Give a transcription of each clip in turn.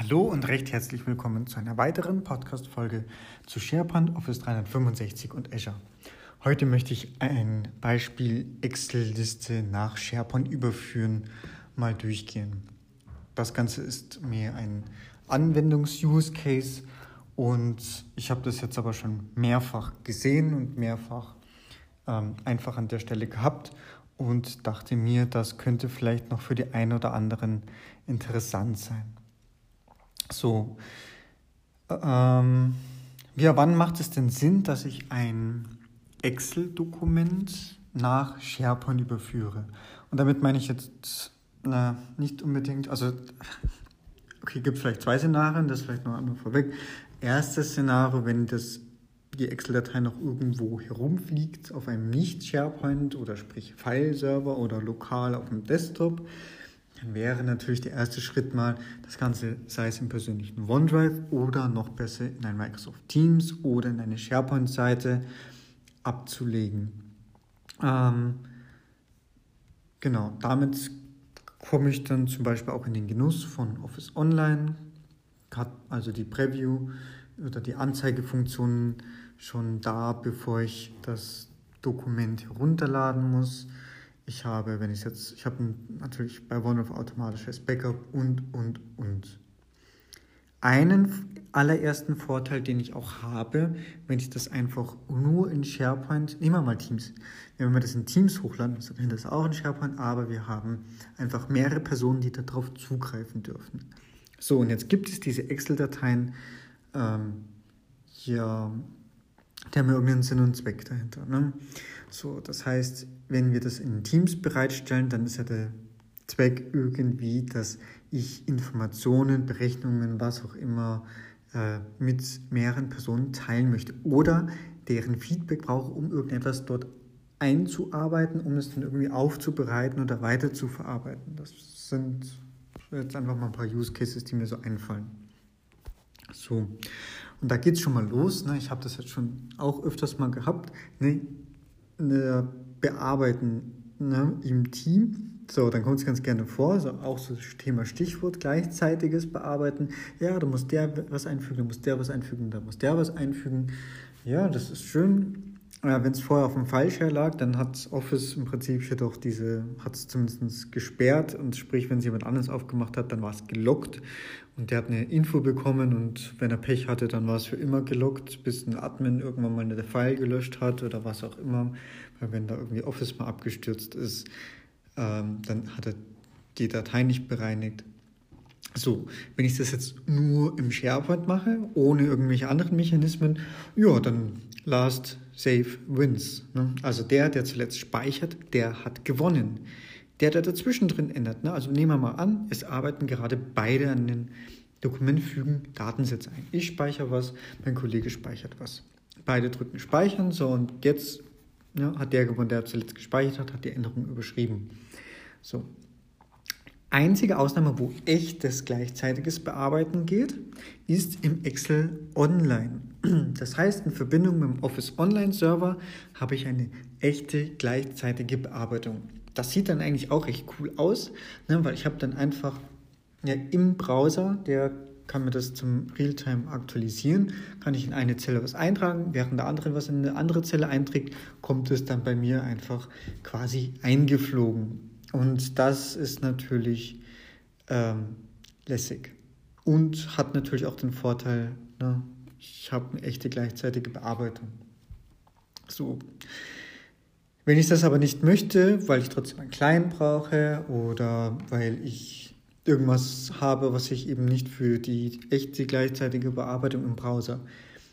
Hallo und recht herzlich willkommen zu einer weiteren Podcast-Folge zu SharePoint, Office 365 und Azure. Heute möchte ich ein Beispiel Excel-Liste nach SharePoint überführen, mal durchgehen. Das Ganze ist mehr ein Anwendungs-Use-Case und ich habe das jetzt aber schon mehrfach gesehen und mehrfach einfach an der Stelle gehabt und dachte mir, das könnte vielleicht noch für die einen oder anderen interessant sein. So, wann macht es denn Sinn, dass ich ein Excel-Dokument nach SharePoint überführe? Und damit meine ich jetzt nicht unbedingt, okay, gibt es vielleicht zwei Szenarien, das vielleicht noch einmal vorweg. Erstes Szenario, wenn die Excel-Datei noch irgendwo herumfliegt auf einem Nicht-SharePoint oder sprich File-Server oder lokal auf dem Desktop, dann wäre natürlich der erste Schritt mal, das Ganze, sei es im persönlichen OneDrive oder noch besser in ein Microsoft Teams oder in eine SharePoint-Seite abzulegen. Genau, damit komme ich dann zum Beispiel auch in den Genuss von Office Online, hat also die Preview oder die Anzeigefunktionen schon da, bevor ich das Dokument herunterladen muss. Ich habe natürlich bei OneDrive automatisches Backup und. Einen allerersten Vorteil, den ich auch habe, wenn ich das einfach nur in SharePoint, nehmen wir mal Teams, wenn wir das in Teams hochladen, dann können das auch in SharePoint, aber wir haben einfach mehrere Personen, die darauf zugreifen dürfen. So, und jetzt gibt es diese Excel-Dateien, die haben irgendeinen Sinn und Zweck dahinter. Ne? So, das heißt, wenn wir das in Teams bereitstellen, dann ist ja der Zweck irgendwie, dass ich Informationen, Berechnungen, was auch immer mit mehreren Personen teilen möchte oder deren Feedback brauche, um irgendetwas dort einzuarbeiten, um es dann irgendwie aufzubereiten oder weiter zu verarbeiten. Das sind jetzt einfach mal ein paar Use Cases, die mir so einfallen. So, und da geht es schon mal los. Ne? Ich habe das jetzt schon auch öfters mal gehabt. Bearbeiten im Team. So, dann kommt es ganz gerne vor, auch so das Thema Stichwort, gleichzeitiges Bearbeiten. Ja, da muss der was einfügen, da muss der was einfügen, da muss der was einfügen. Ja, das ist schön. Wenn es vorher auf dem File-Share lag, dann hat Office im Prinzip jedoch hat es zumindest gesperrt und sprich, wenn es jemand anderes aufgemacht hat, dann war es gelockt und der hat eine Info bekommen und wenn er Pech hatte, dann war es für immer gelockt, bis ein Admin irgendwann mal eine File gelöscht hat oder was auch immer, weil wenn da irgendwie Office mal abgestürzt ist, dann hat er die Datei nicht bereinigt. So, wenn ich das jetzt nur im SharePoint mache, ohne irgendwelche anderen Mechanismen, ja, dann last save wins. Ne? Also der zuletzt speichert, der hat gewonnen. Der dazwischen drin ändert. Ne? Also nehmen wir mal an, es arbeiten gerade beide an den Dokument fügen Datensätze ein. Ich speichere was, mein Kollege speichert was. Beide drücken Speichern, so und jetzt hat der gewonnen, der zuletzt gespeichert hat die Änderung überschrieben. So. Einzige Ausnahme, wo echtes gleichzeitiges Bearbeiten geht, ist im Excel Online. Das heißt, in Verbindung mit dem Office Online Server habe ich eine echte gleichzeitige Bearbeitung. Das sieht dann eigentlich auch recht cool aus, weil ich habe dann einfach im Browser, der kann mir das zum Realtime aktualisieren, kann ich in eine Zelle was eintragen, während der andere was in eine andere Zelle einträgt, kommt es dann bei mir einfach quasi eingeflogen. Und das ist natürlich lässig und hat natürlich auch den Vorteil, ich habe eine echte gleichzeitige Bearbeitung. So. Wenn ich das aber nicht möchte, weil ich trotzdem einen Client brauche oder weil ich irgendwas habe, was sich eben nicht für die echte gleichzeitige Bearbeitung im Browser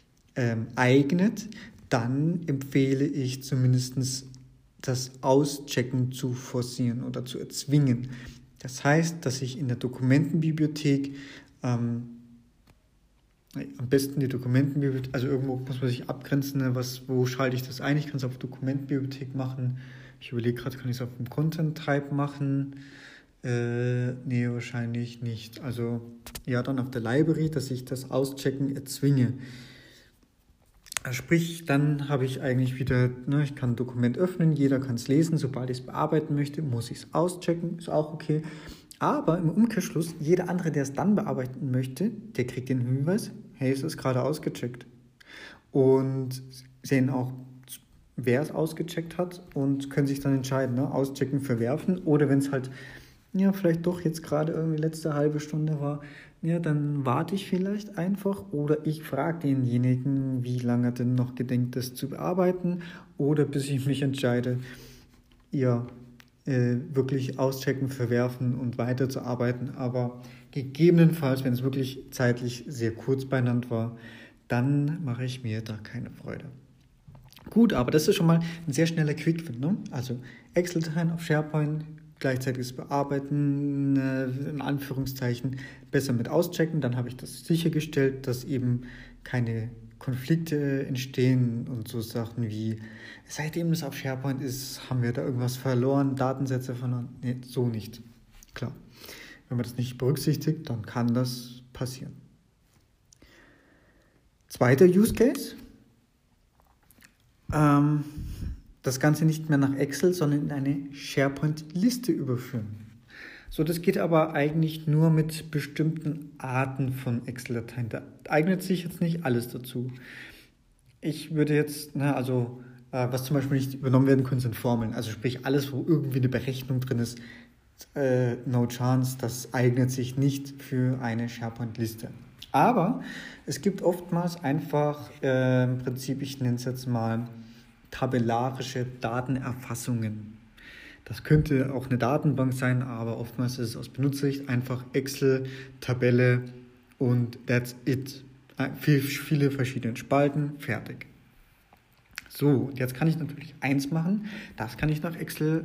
eignet, dann empfehle ich zumindest das Auschecken zu forcieren oder zu erzwingen. Das heißt, dass ich in der Dokumentenbibliothek am besten die Dokumentenbibliothek, also irgendwo muss man sich abgrenzen, wo schalte ich das ein? Ich kann es auf Dokumentenbibliothek machen. Ich überlege gerade, kann ich es auf dem Content-Type machen? Nee, wahrscheinlich nicht. Also ja, dann auf der Library, dass ich das Auschecken erzwinge. Sprich, dann habe ich eigentlich wieder, ich kann ein Dokument öffnen, jeder kann es lesen, sobald ich es bearbeiten möchte, muss ich es auschecken, ist auch okay. Aber im Umkehrschluss, jeder andere, der es dann bearbeiten möchte, der kriegt den Hinweis, hey, es ist gerade ausgecheckt. Und sehen auch, wer es ausgecheckt hat und können sich dann entscheiden, ne? Auschecken, verwerfen. Oder wenn es halt, ja, vielleicht doch jetzt gerade irgendwie letzte halbe Stunde war, ja, dann warte ich vielleicht einfach oder ich frage denjenigen, wie lange er denn noch gedenkt, das zu bearbeiten oder bis ich mich entscheide, ja, wirklich auschecken, verwerfen und weiterzuarbeiten. Aber gegebenenfalls, wenn es wirklich zeitlich sehr kurz beieinander war, dann mache ich mir da keine Freude. Gut, aber das ist schon mal ein sehr schneller Quick-Win, ne? Also Excel-Dateien auf SharePoint, gleichzeitiges Bearbeiten, in Anführungszeichen, besser mit auschecken. Dann habe ich das sichergestellt, dass eben keine Konflikte entstehen und so Sachen wie, seitdem es auf SharePoint ist, haben wir da irgendwas verloren, Datensätze verloren. Nee, so nicht. Klar, wenn man das nicht berücksichtigt, dann kann das passieren. Zweiter Use Case. Das Ganze nicht mehr nach Excel, sondern in eine SharePoint-Liste überführen. So, das geht aber eigentlich nur mit bestimmten Arten von Excel-Dateien. Da eignet sich jetzt nicht alles dazu. Ich würde jetzt, was zum Beispiel nicht übernommen werden können, sind Formeln. Also sprich, alles, wo irgendwie eine Berechnung drin ist, no chance, das eignet sich nicht für eine SharePoint-Liste. Aber es gibt oftmals einfach, im Prinzip, ich nenne es jetzt mal, tabellarische Datenerfassungen. Das könnte auch eine Datenbank sein, aber oftmals ist es aus Benutzersicht einfach Excel, Tabelle und that's it. Viele verschiedene Spalten, fertig. So, jetzt kann ich natürlich eins machen, das kann ich nach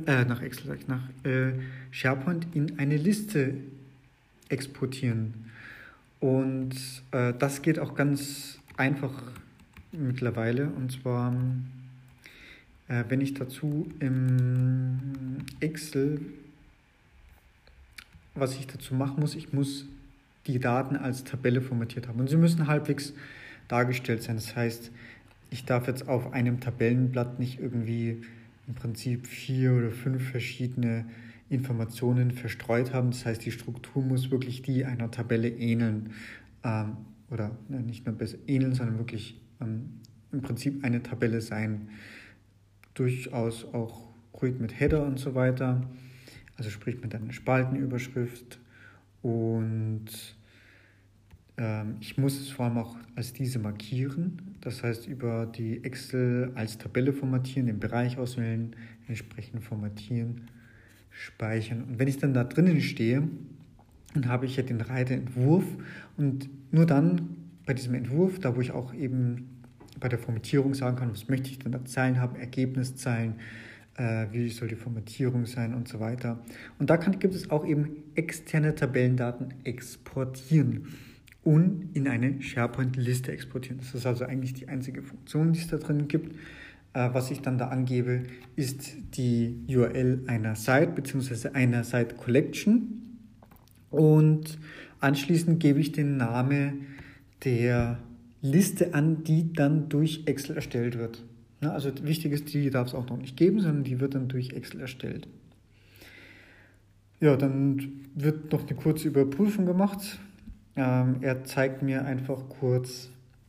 SharePoint in eine Liste exportieren. Und das geht auch ganz einfach mittlerweile. Und zwar, wenn ich dazu im Excel, was ich dazu machen muss, ich muss die Daten als Tabelle formatiert haben. Und sie müssen halbwegs dargestellt sein. Das heißt, ich darf jetzt auf einem Tabellenblatt nicht irgendwie im Prinzip 4 oder 5 verschiedene Informationen verstreut haben. Das heißt, die Struktur muss wirklich die einer Tabelle ähneln. Nicht nur besser ähneln, sondern wirklich im Prinzip eine Tabelle sein. Durchaus auch ruhig mit Header und so weiter. Also sprich mit einer Spaltenüberschrift. Und ich muss es vor allem auch als diese markieren. Das heißt, über die Excel als Tabelle formatieren, den Bereich auswählen, entsprechend formatieren, speichern. Und wenn ich dann da drinnen stehe, dann habe ich ja den Reiter Entwurf und nur dann bei diesem Entwurf, da wo ich auch eben bei der Formatierung sagen kann, was möchte ich denn da Zeilen haben, Ergebniszeilen, wie soll die Formatierung sein und so weiter. Und da gibt es auch eben externe Tabellendaten exportieren und in eine SharePoint-Liste exportieren. Das ist also eigentlich die einzige Funktion, die es da drin gibt. Was ich dann da angebe, ist die URL einer Site bzw. einer Site Collection und anschließend gebe ich den Namen der Liste an, die dann durch Excel erstellt wird. Also wichtig ist, die darf es auch noch nicht geben, sondern die wird dann durch Excel erstellt. Ja, dann wird noch eine kurze Überprüfung gemacht. Er zeigt mir einfach kurz,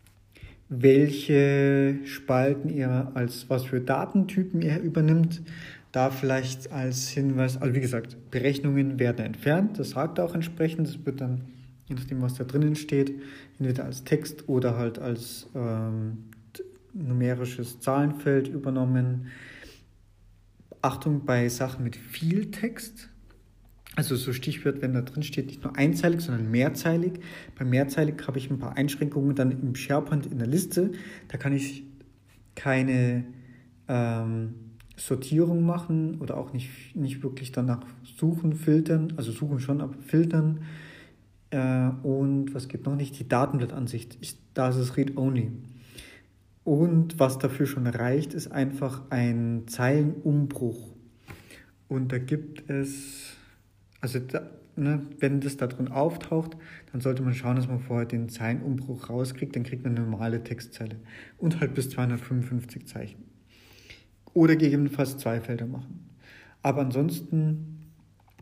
welche Spalten er als was für Datentypen er übernimmt. Da vielleicht als Hinweis, also wie gesagt, Berechnungen werden entfernt, das sagt er auch entsprechend, das wird dann, je nachdem was da drinnen steht, entweder als Text oder halt als numerisches Zahlenfeld übernommen. Achtung bei Sachen mit viel Text, also so Stichwort, wenn da drin steht, nicht nur einzeilig, sondern mehrzeilig. Bei mehrzeilig habe ich ein paar Einschränkungen dann im SharePoint in der Liste. Da kann ich keine Sortierung machen oder auch nicht wirklich danach suchen, filtern, also suchen schon, aber filtern. Und was geht noch nicht? Die Datenblattansicht. Da ist es Read-Only. Und was dafür schon reicht, ist einfach ein Zeilenumbruch. Und da gibt es, wenn das da drin auftaucht, dann sollte man schauen, dass man vorher den Zeilenumbruch rauskriegt, dann kriegt man eine normale Textzeile. Und halt bis 255 Zeichen. Oder gegebenenfalls 2 Felder machen. Aber ansonsten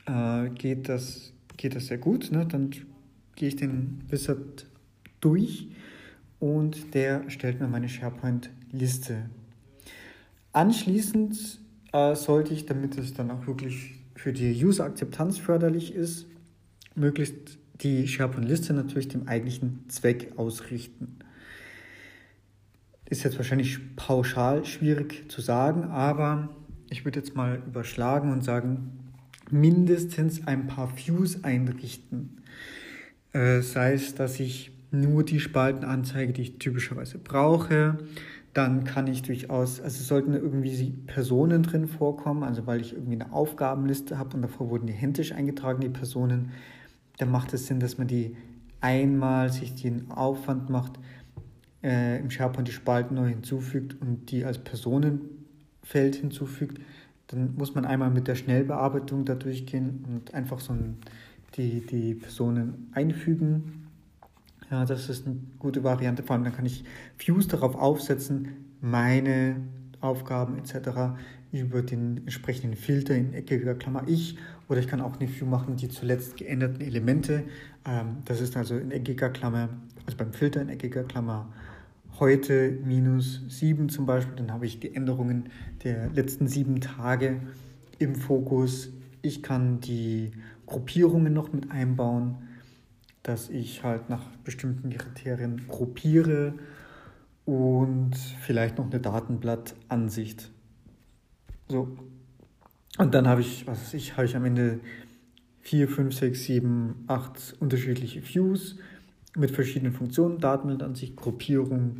geht das sehr gut. Ne? Dann gehe ich den Wizard durch und der stellt mir meine SharePoint-Liste. Anschließend sollte ich, damit es dann auch wirklich für die User-Akzeptanz förderlich ist, möglichst die SharePoint-Liste natürlich dem eigentlichen Zweck ausrichten. Ist jetzt wahrscheinlich pauschal schwierig zu sagen, aber ich würde jetzt mal überschlagen und sagen, mindestens ein paar Views einrichten. Sei es, dass ich nur die Spalten anzeige, die ich typischerweise brauche. Dann kann ich durchaus, also sollten irgendwie Personen drin vorkommen, also weil ich irgendwie eine Aufgabenliste habe und davor wurden die händisch eingetragen, die Personen, dann macht es Sinn, dass man die einmal sich den Aufwand macht, im SharePoint die Spalten neu hinzufügt und die als Personenfeld hinzufügt. Dann muss man einmal mit der Schnellbearbeitung da durchgehen und einfach so die Personen einfügen. Ja, das ist eine gute Variante. Vor allem dann kann ich Views darauf aufsetzen, meine Aufgaben etc. über den entsprechenden Filter in eckiger Klammer ich. Oder ich kann auch eine View machen, die zuletzt geänderten Elemente. Das ist also in eckiger Klammer, also beim Filter in eckiger Klammer heute -7 zum Beispiel. Dann habe ich die Änderungen der letzten 7 Tage im Fokus. Ich kann die Gruppierungen noch mit einbauen, dass ich halt nach bestimmten Kriterien gruppiere und vielleicht noch eine Datenblattansicht. So. Und dann habe ich am Ende 4, 5, 6, 7, 8 unterschiedliche Views mit verschiedenen Funktionen, Datenblattansicht, Gruppierung,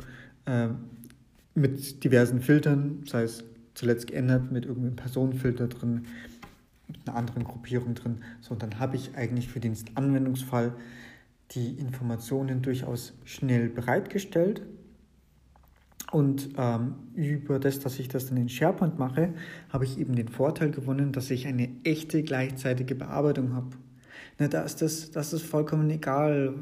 mit diversen Filtern, sei es zuletzt geändert mit irgendeinem Personenfilter drin, mit einer anderen Gruppierung drin. So, und dann habe ich eigentlich für den Anwendungsfall die Informationen durchaus schnell bereitgestellt. Und über das, dass ich das dann in SharePoint mache, habe ich eben den Vorteil gewonnen, dass ich eine echte gleichzeitige Bearbeitung habe. Na, das ist vollkommen egal,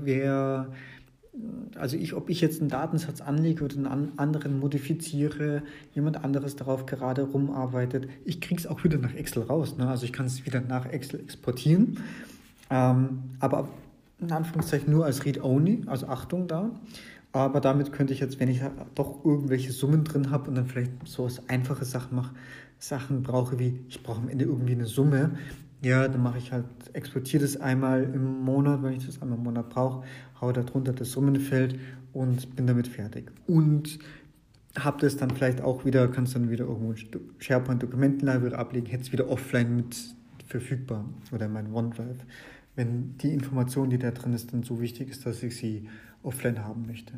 ob ich jetzt einen Datensatz anlege oder einen anderen modifiziere, jemand anderes darauf gerade rumarbeitet. Ich kriege es auch wieder nach Excel raus. Ne? Also ich kann es wieder nach Excel exportieren, aber in Anführungszeichen nur als Read-Only, also Achtung da. Aber damit könnte ich jetzt, wenn ich doch irgendwelche Summen drin habe und dann vielleicht so einfache Sachen brauche, wie ich brauche am Ende irgendwie eine Summe, ja, dann exportiere das einmal im Monat, wenn ich das einmal im Monat brauche, haue da drunter das Summenfeld und bin damit fertig. Und habe das dann vielleicht auch wieder, kann es dann wieder irgendwo in SharePoint-Dokumentenlibrary ablegen, hätte es wieder offline mit verfügbar oder in meinem OneDrive, wenn die Information, die da drin ist, dann so wichtig ist, dass ich sie offline haben möchte.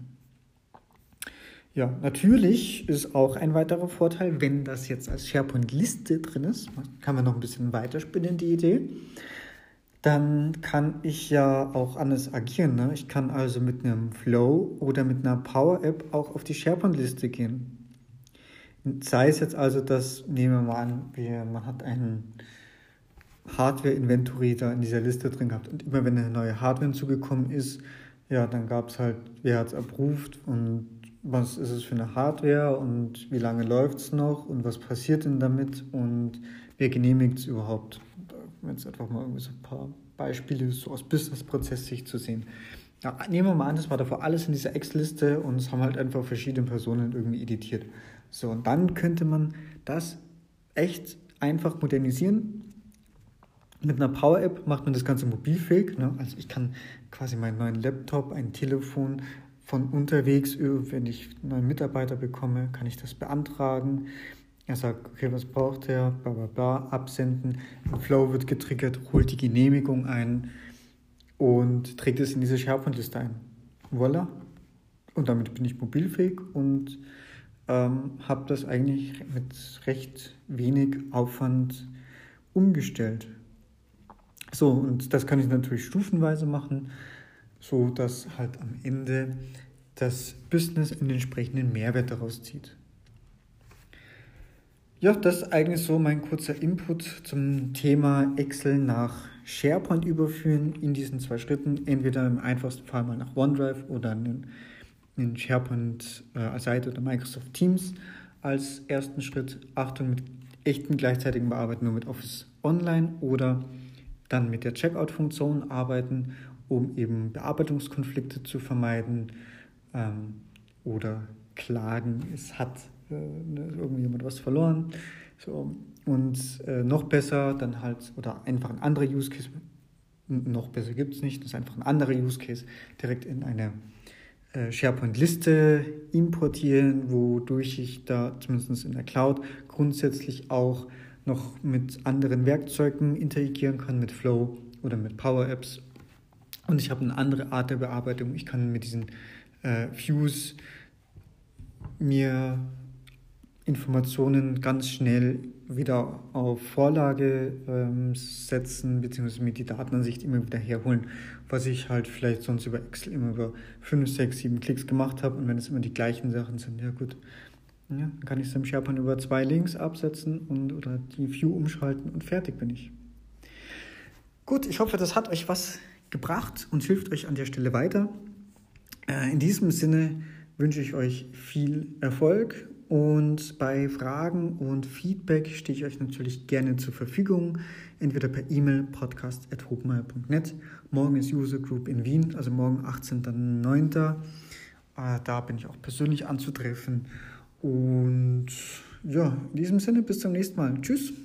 Ja, natürlich ist auch ein weiterer Vorteil, wenn das jetzt als SharePoint-Liste drin ist, kann man noch ein bisschen weiterspinnen, die Idee, dann kann ich ja auch anders agieren. Ne? Ich kann also mit einem Flow oder mit einer Power-App auch auf die SharePoint-Liste gehen. Sei es jetzt also, nehmen wir mal an, man hat einen Hardware-Inventory da in dieser Liste drin gehabt und immer wenn eine neue Hardware hinzugekommen ist, ja, dann gab es halt, wer hat es approved und was ist es für eine Hardware und wie lange läuft es noch und was passiert denn damit und wer genehmigt es überhaupt. Jetzt einfach mal irgendwie so ein paar Beispiele so aus Business-Prozess-Sicht zu sehen. Ja, nehmen wir mal an, das war davor alles in dieser Excel-Liste und es haben halt einfach verschiedene Personen irgendwie editiert. So, und dann könnte man das echt einfach modernisieren. Mit einer Power-App macht man das Ganze mobilfähig. Ne? Also ich kann quasi meinen neuen Laptop, ein Telefon von unterwegs, wenn ich einen neuen Mitarbeiter bekomme, kann ich das beantragen. Er sagt, okay, was braucht er? Bla bla bla, absenden. Ein Flow wird getriggert, holt die Genehmigung ein und trägt es in diese SharePoint-Liste ein. Voilà. Und damit bin ich mobilfähig und habe das eigentlich mit recht wenig Aufwand umgestellt. So, und das kann ich natürlich stufenweise machen, so dass halt am Ende das Business einen entsprechenden Mehrwert daraus zieht. Ja, das ist eigentlich so mein kurzer Input zum Thema Excel nach SharePoint überführen in diesen 2 Schritten. Entweder im einfachsten Fall mal nach OneDrive oder in SharePoint Seite oder Microsoft Teams als ersten Schritt. Achtung, mit echten gleichzeitigen Bearbeiten nur mit Office Online oder dann mit der Checkout-Funktion arbeiten, um eben Bearbeitungskonflikte zu vermeiden oder Klagen, es hat irgendjemand was verloren. So. Und noch besser dann halt, oder einfach ein anderer Use Case, noch besser gibt es nicht, das ist einfach ein anderer Use Case, direkt in eine SharePoint-Liste importieren, wodurch ich da zumindest in der Cloud grundsätzlich auch noch mit anderen Werkzeugen interagieren kann, mit Flow oder mit Power Apps. Und ich habe eine andere Art der Bearbeitung. Ich kann mit diesen Views mir Informationen ganz schnell wieder auf Vorlage setzen, beziehungsweise mir die Datenansicht immer wieder herholen, was ich halt vielleicht sonst über Excel immer über 5, 6, 7 Klicks gemacht habe. Und wenn es immer die gleichen Sachen sind, ja gut, ja, dann kann ich es im SharePoint über 2 Links absetzen oder die View umschalten und fertig bin ich. Gut, ich hoffe, das hat euch was gebracht und hilft euch an der Stelle weiter. In diesem Sinne wünsche ich euch viel Erfolg und bei Fragen und Feedback stehe ich euch natürlich gerne zur Verfügung, entweder per E-Mail podcast@hogmeier.net. Morgen ist User Group in Wien, also morgen 18.09. Da bin ich auch persönlich anzutreffen und ja, in diesem Sinne bis zum nächsten Mal. Tschüss!